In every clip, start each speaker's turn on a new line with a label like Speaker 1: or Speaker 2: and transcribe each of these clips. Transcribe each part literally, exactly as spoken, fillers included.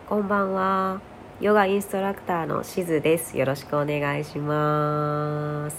Speaker 1: こんばんは。ヨガインストラクターのしずです。よろしくお願いします。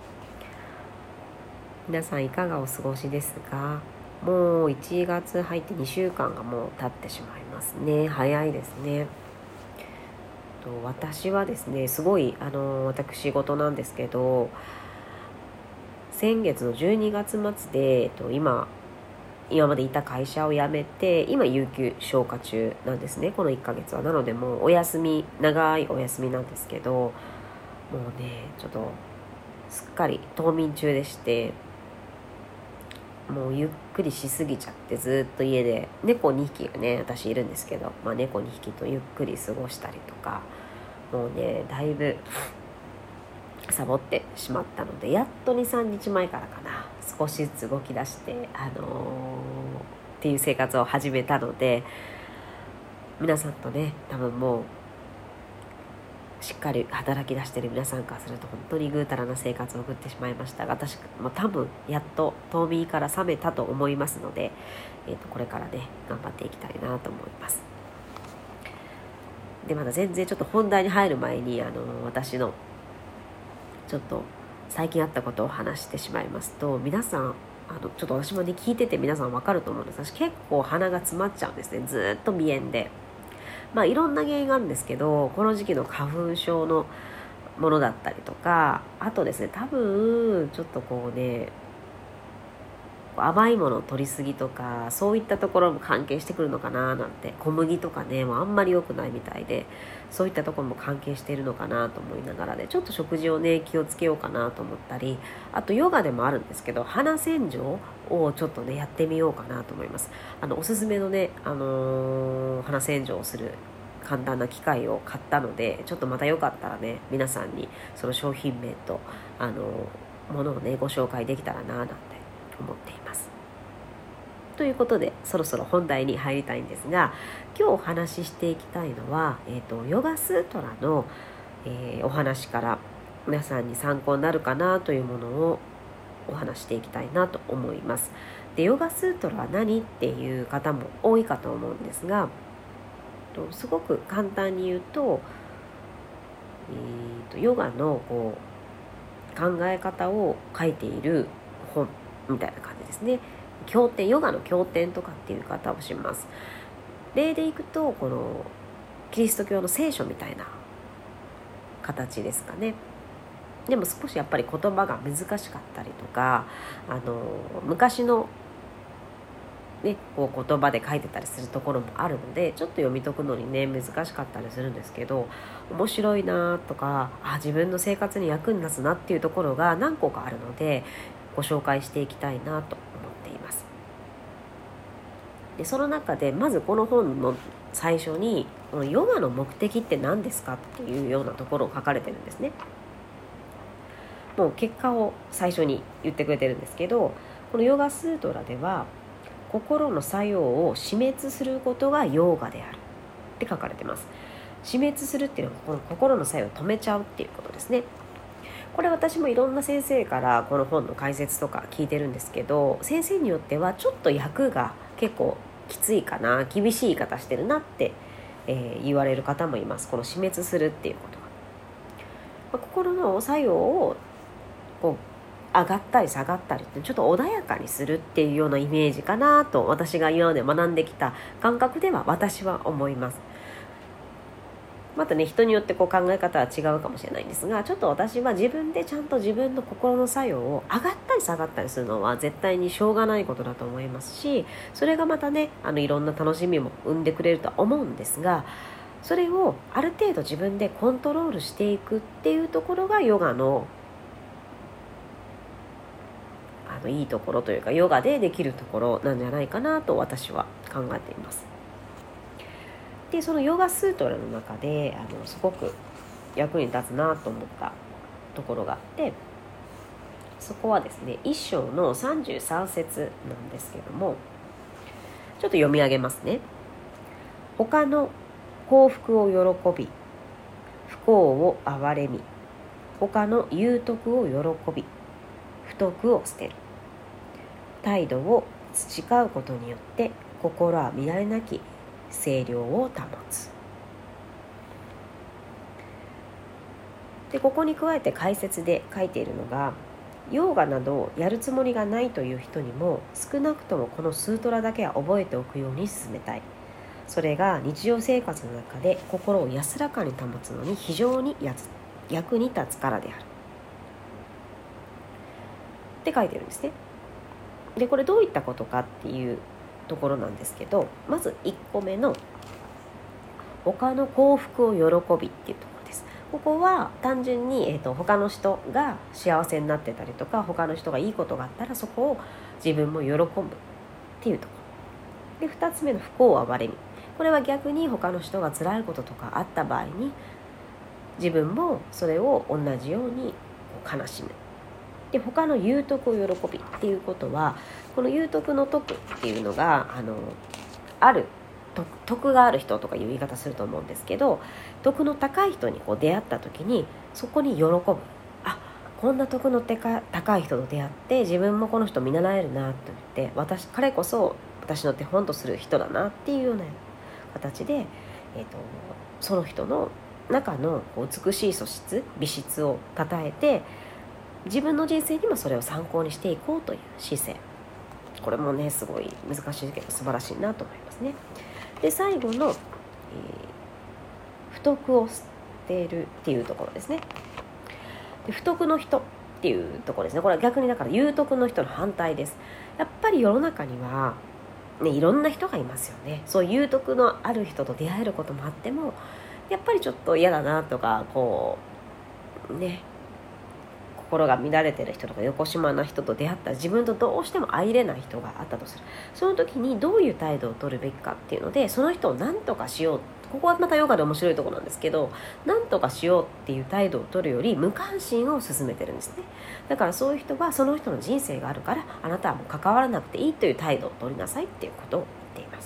Speaker 1: 皆さんいかがお過ごしですか？もういちがつ入ってにしゅうかんがもう経ってしまいますね。早いですね。と私はですね、すごいあの私事なんですけど、先月のじゅうにがつまつで、えっと、今今までいた会社を辞めて、今有給消化中なんですね、このいっかげつは。なのでもうお休み、長いお休みなんですけど、もうねちょっとすっかり冬眠中でして、もうゆっくりしすぎちゃって、ずっと家で猫にひきがね私いるんですけど、まあ、猫にひきとゆっくり過ごしたりとか、もうねだいぶサボってしまったので、やっと にさんにちまえからかな、少しずつ動き出して、あのー、っていう生活を始めたので、皆さんとね多分もうしっかり働き出してる皆さんからすると本当にぐうたらな生活を送ってしまいましたが、私も多分やっと冬眠から覚めたと思いますので、えー、とこれからね頑張っていきたいなと思います。でまだ全然ちょっと本題に入る前に、あのー、私のちょっと最近あったことを話してしまいますと、皆さんあのちょっと私もね聞いてて皆さん分かると思うんです。私結構鼻が詰まっちゃうんですね、ずっと鼻炎で。まあいろんな原因があるんですけど、この時期の花粉症のものだったりとか、あとですね多分ちょっとこうね甘いものを取りすぎとか、そういったところも関係してくるのかななんて。小麦とかねもうあんまり良くないみたいで、そういったところも関係しているのかなと思いながらで、ちょっと食事をね気をつけようかなと思ったり、あとヨガでもあるんですけど、鼻洗浄をちょっとねやってみようかなと思います。あのおすすめのね、あのー、鼻洗浄をする簡単な機械を買ったので、ちょっとまたよかったらね皆さんにその商品名とあのー、ものをねご紹介できたらななんて思っています。ということでそろそろ本題に入りたいんですが、今日お話ししていきたいのは、えーと、ヨガスートラの、えー、お話から皆さんに参考になるかなというものをお話していきたいなと思います。でヨガスートラは何っていう方も多いかと思うんですが、すごく簡単に言うと、えーとヨガのこう考え方を書いている本みたいな感じですね。経典、ヨガの経典とかっていう方をします。例でいくとこのキリスト教の聖書みたいな形ですかね。でも少しやっぱり言葉が難しかったりとか、あの昔の、ね、こう言葉で書いてたりするところもあるので、ちょっと読み解くのにね難しかったりするんですけど、面白いなとか、あ自分の生活に役に立つなっていうところが何個かあるので、ご紹介していきたいなと思っています。でその中でまずこの本の最初に、このヨガの目的って何ですかっていうようなところを書かれてるんですね。もう結果を最初に言ってくれてるんですけど、このヨガスートラでは心の作用を死滅することがヨガであるって書かれてます。死滅するっていうのはこの心の作用を止めちゃうっていうことですね。これ私もいろんな先生からこの本の解説とか聞いてるんですけど、先生によってはちょっと訳が結構きついかな、厳しい言い方してるなって、えー、言われる方もいます。この死滅するっていうことは、まあ、心の作用をこう上がったり下がったりってちょっと穏やかにするっていうようなイメージかなと、私が今まで学んできた感覚では私は思います。またね人によってこう考え方は違うかもしれないんですが、ちょっと私は自分でちゃんと自分の心の作用を上がったり下がったりするのは絶対にしょうがないことだと思いますし、それがまたねあのいろんな楽しみも生んでくれるとは思うんですが、それをある程度自分でコントロールしていくっていうところがヨガのあのいいところというか、ヨガでできるところなんじゃないかなと私は考えています。でそのヨガスートラの中であのすごく役に立つなと思ったところがあって、そこはですね一章のさんじゅうさん節なんですけども、ちょっと読み上げますね。他の幸福を喜び、不幸を憐れみ、他の有徳を喜び、不徳を捨てる。態度を培うことによって心は乱れなき清涼を保つ。 でここに加えて解説で書いているのが、ヨーガなどをやるつもりがないという人にも少なくともこのスートラだけは覚えておくように進めたい。それが日常生活の中で心を安らかに保つのに非常に役に立つからであるって書いてるんですね。でこれどういったことかっていうところなんですけど、まずいっこめの他の幸福を喜びっていうところです。ここは単純に、えーと、他の人が幸せになってたりとか、他の人がいいことがあったらそこを自分も喜ぶっていうところで、ふたつめの不幸は割れみ、これは逆に他の人が辛いこととかあった場合に自分もそれを同じように悲しむ。で他の有徳を喜びっていうことは、この有徳の徳っていうのがあのある徳がある人とかいう言い方すると思うんですけど、徳の高い人にこう出会った時にそこに喜ぶ。あ、こんな徳の高い人と出会って自分もこの人見習えるなと言って、私彼こそ私の手本とする人だなっていうような形で、えーと、その人の中のこう美しい素質美質を称えて、自分の人生にもそれを参考にしていこうという姿勢、これもねすごい難しいけど素晴らしいなと思いますね。で最後の、えー、不徳を捨てるっていうところですね。で不徳の人っていうところですね。これは逆にだから有徳の人の反対です。やっぱり世の中には、ね、いろんな人がいますよね。そう有徳のある人と出会えることもあっても、やっぱりちょっと嫌だなとか、こうね心が乱れてる人とか横島な人と出会ったら自分とどうしても相入れない人があったとする。その時にどういう態度を取るべきかっていうので、その人を何とかしよう、ここはまたヨガで面白いところなんですけど、何とかしようっていう態度を取るより無関心を進めてるんですね。だからそういう人はその人の人生があるから、あなたはもう関わらなくていいという態度を取りなさいっていうことを言っています。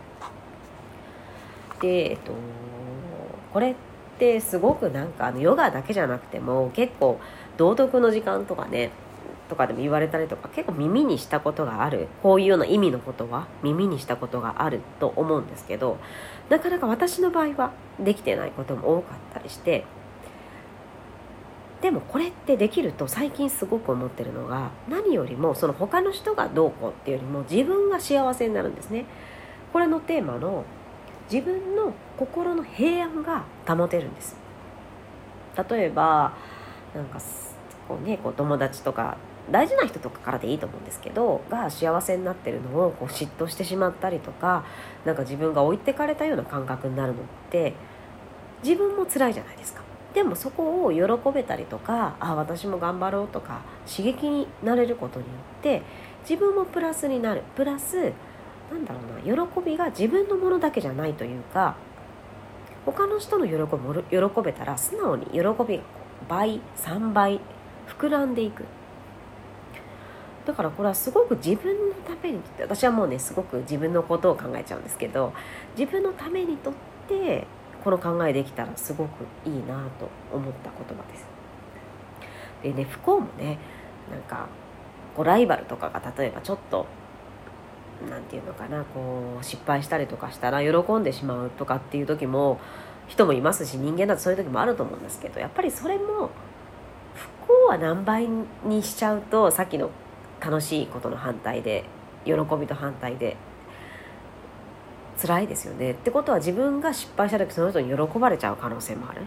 Speaker 1: で、えっと、これってすごくなんかあのヨガだけじゃなくても結構道徳の時間とかねとかでも言われたりとか、結構耳にしたことがある、こういうような意味のことは耳にしたことがあると思うんですけど、なかなか私の場合はできてないことも多かったりして、でもこれってできると最近すごく思ってるのが、何よりもその他の人がどうこうっていうよりも自分が幸せになるんですね。これのテーマの自分の心の平安が保てるんです。例えばなんかこう、ね、こう友達とか大事な人とかからでいいと思うんですけどが幸せになってるのをこう嫉妬してしまったりとか、なんか自分が置いてかれたような感覚になるのって自分も辛いじゃないですか。でもそこを喜べたりとか、あ私も頑張ろうとか刺激になれることによって自分もプラスになる。プラスなんだろうな、喜びが自分のものだけじゃないというか、他の人の喜びも喜べたら素直に喜びが倍さんばい膨らんでいく。だからこれはすごく自分のためにとって、私はもうねすごく自分のことを考えちゃうんですけど、自分のためにとってこの考えできたらすごくいいなと思った言葉です。でね、不幸もね、なんかこうライバルとかが例えばちょっとなんていうのかな、こう失敗したりとかしたら喜んでしまうとかっていう時も人もいますし、人間だとそういう時もあると思うんですけど、やっぱりそれも不幸は何倍にしちゃうと、さっきの楽しいことの反対で喜びと反対で辛いですよね。ってことは自分が失敗した時その人に喜ばれちゃう可能性もある。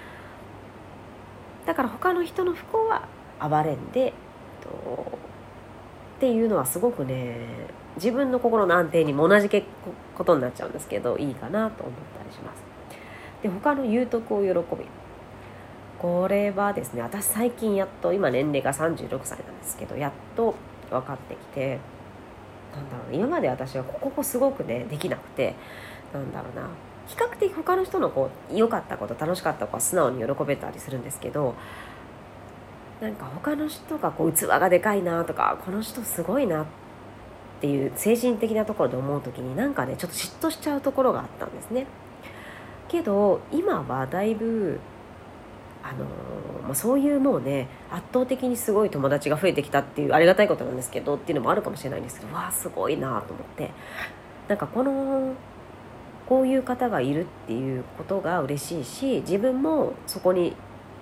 Speaker 1: だから他の人の不幸は暴れんでとっていうのはすごくね、自分の心の安定にも同じことになっちゃうんですけど、いいかなと思ったりします。で他の有徳を喜び、これはですね、私最近やっと、今年齢がさんじゅうろくさいなんですけど、やっと分かってきて、なんだろう、今まで私はここすごくねできなくて、なんだろうな、比較的他の人のこう良かったこと楽しかったことは素直に喜べたりするんですけど、なんか他の人がこう器がでかいなとか、この人すごいなっていう精神的なところで思うときに、なんかねちょっと嫉妬しちゃうところがあったんですね。けど今はだいぶあのーまあ、そういうもうね圧倒的にすごい友達が増えてきたっていうありがたいことなんですけどっていうのもあるかもしれないんですけど、わあすごいなと思って、なんかこのこういう方がいるっていうことが嬉しいし、自分もそこに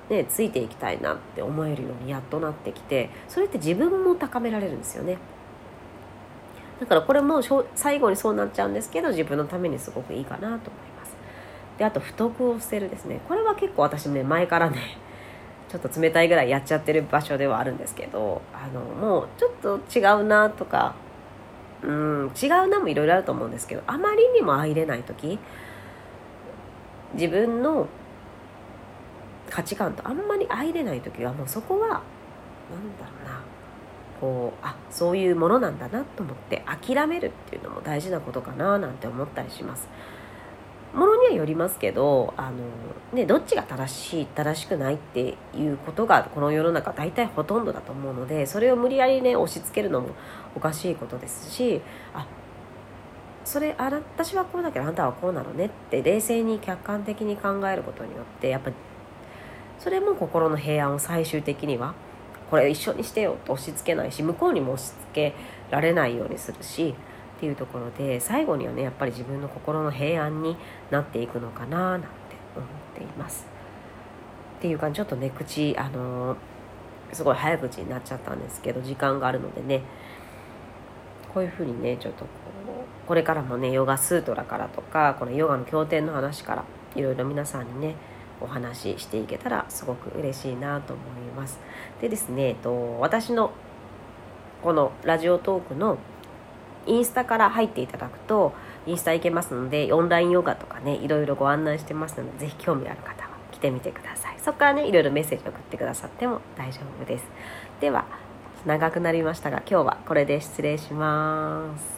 Speaker 1: ね、ついていきたいなって思えるようにやっとなってきて、それって自分も高められるんですよね。だからこれも最後にそうなっちゃうんですけど、自分のためにすごくいいかなと思います。で、あと不徳を捨てるですね。これは結構私ね、前からねちょっと冷たいぐらいやっちゃってる場所ではあるんですけど、あのもうちょっと違うなとか、うん違うなもいろいろあると思うんですけど、あまりにも相入れない時、自分の価値観とあんまり相入れない時は、もうそこはなんだろうな、こうあそういうものなんだなと思って諦めるっていうのも大事なことかななんて思ったりします。ものにはよりますけど、あの、ね、どっちが正しい正しくないっていうことがこの世の中大体ほとんどだと思うので、それを無理やりね押し付けるのもおかしいことですし、あそれあ私はこうだけどあなたはこうなのねって冷静に客観的に考えることによって、やっぱりそれも心の平安を最終的にはこれ一緒にしてよと押し付けないし、向こうにも押し付けられないようにするしっていうところで、最後にはねやっぱり自分の心の平安になっていくのかななんて思っていますっていうか、ちょっとね口あのー、すごい早口になっちゃったんですけど、時間があるのでね、こういうふうにねちょっとこうこれからもねヨガスートラからとか、このヨガの経典の話からいろいろ皆さんにねお話ししていけたらすごく嬉しいなと思います。でですね、えっと、私のこのラジオトークのインスタから入っていただくとインスタ行けますので、オンラインヨガとかねいろいろご案内してますので、ぜひ興味ある方は来てみてください。そこからねいろいろメッセージ送ってくださっても大丈夫です。では長くなりましたが、今日はこれで失礼します。